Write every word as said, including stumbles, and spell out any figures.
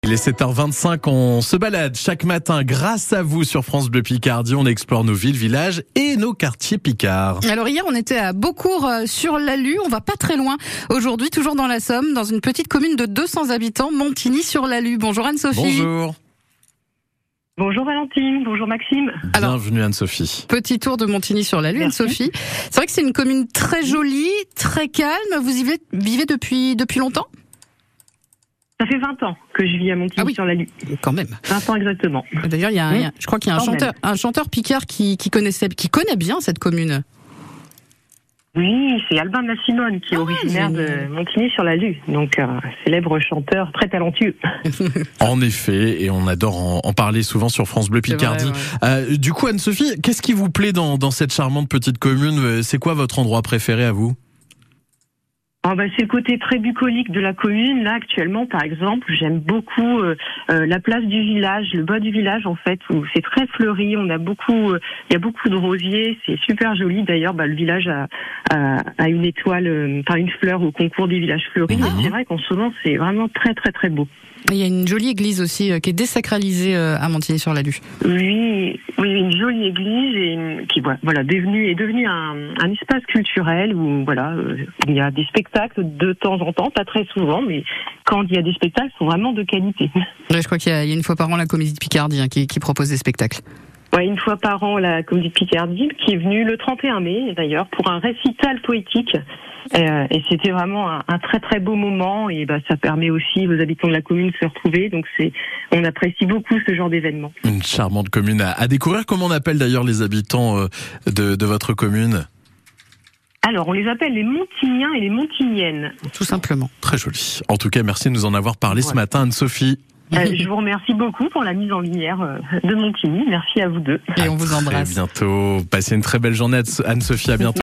Il est sept heures vingt-cinq, on se balade chaque matin grâce à vous sur France Bleu Picardie. On explore nos villes, villages et nos quartiers picards. Alors hier, on était à Beaucourt euh, sur l'Alu, on va pas très loin. Aujourd'hui, toujours dans la Somme, dans une petite commune de deux cents habitants, Montigny sur l'Alu. Bonjour Anne-Sophie. Bonjour. Bonjour Valentine, bonjour Maxime. Alors, bienvenue Anne-Sophie. Petit tour de Montigny sur l'Alu, Anne-Sophie. C'est vrai que c'est une commune très jolie, très calme. Vous y vivez, vivez depuis, depuis longtemps ? Ça fait vingt ans que je vis à Montigny Ah oui. sur l'Alu. Quand même. vingt ans exactement. D'ailleurs, il y a, un, Mmh. il y a je crois qu'il y a un Quand chanteur, un chanteur picard qui, qui connaissait, qui connaît bien cette commune. Oui, c'est Albin de la Simone qui est Ah, originaire génial. de Montigny sur l'Alu. Donc, un célèbre chanteur très talentueux. En effet, et on adore en, en parler souvent sur France Bleu C'est Picardie. vrai, ouais. Euh, du coup, Anne-Sophie, qu'est-ce qui vous plaît dans, dans cette charmante petite commune ? C'est quoi votre endroit préféré à vous ? Ah bah, c'est le côté très bucolique de la commune. Là, actuellement, par exemple, j'aime beaucoup euh, euh, la place du village, le bas du village, en fait, où c'est très fleuri. On a beaucoup, euh, il y a beaucoup de rosiers. C'est super joli. D'ailleurs, bah, le village a, a, a une étoile, euh, enfin une fleur au concours des villages fleuris. Mmh. Et c'est vrai qu'en ce moment, c'est vraiment très, très, très beau. Il y a une jolie église aussi euh, qui est désacralisée euh, à Montigny sur l'Alu. Oui, oui, une jolie église et une- qui voilà devenue est devenue un, un espace culturel où voilà euh, il y a des spectacles de temps en temps, pas très souvent, mais quand il y a des spectacles, ils sont vraiment de qualité. Ouais, je crois qu'il y a, il y a une fois par an la Comédie de Picardie hein, qui, qui propose des spectacles. Ouais, une fois par an, la Comédie de Picardie qui est venue le trente et un mai d'ailleurs pour un récital poétique. Euh, et c'était vraiment un, un très très beau moment et bah ça permet aussi aux habitants de la commune de se retrouver. Donc c'est, on apprécie beaucoup ce genre d'événement. Une charmante commune à, à découvrir. Comment on appelle d'ailleurs les habitants euh, de, de votre commune ? Alors on les appelle les Montigniens et les Montigniennes. Tout simplement. Très joli. En tout cas, merci de nous en avoir parlé ce Voilà. matin, Anne-Sophie. Euh, je vous remercie beaucoup pour la mise en lumière euh, de Montigny. Merci à vous deux. Et on vous À embrasse. très bientôt. Passez une très belle journée, Anne-Sophie. À bientôt.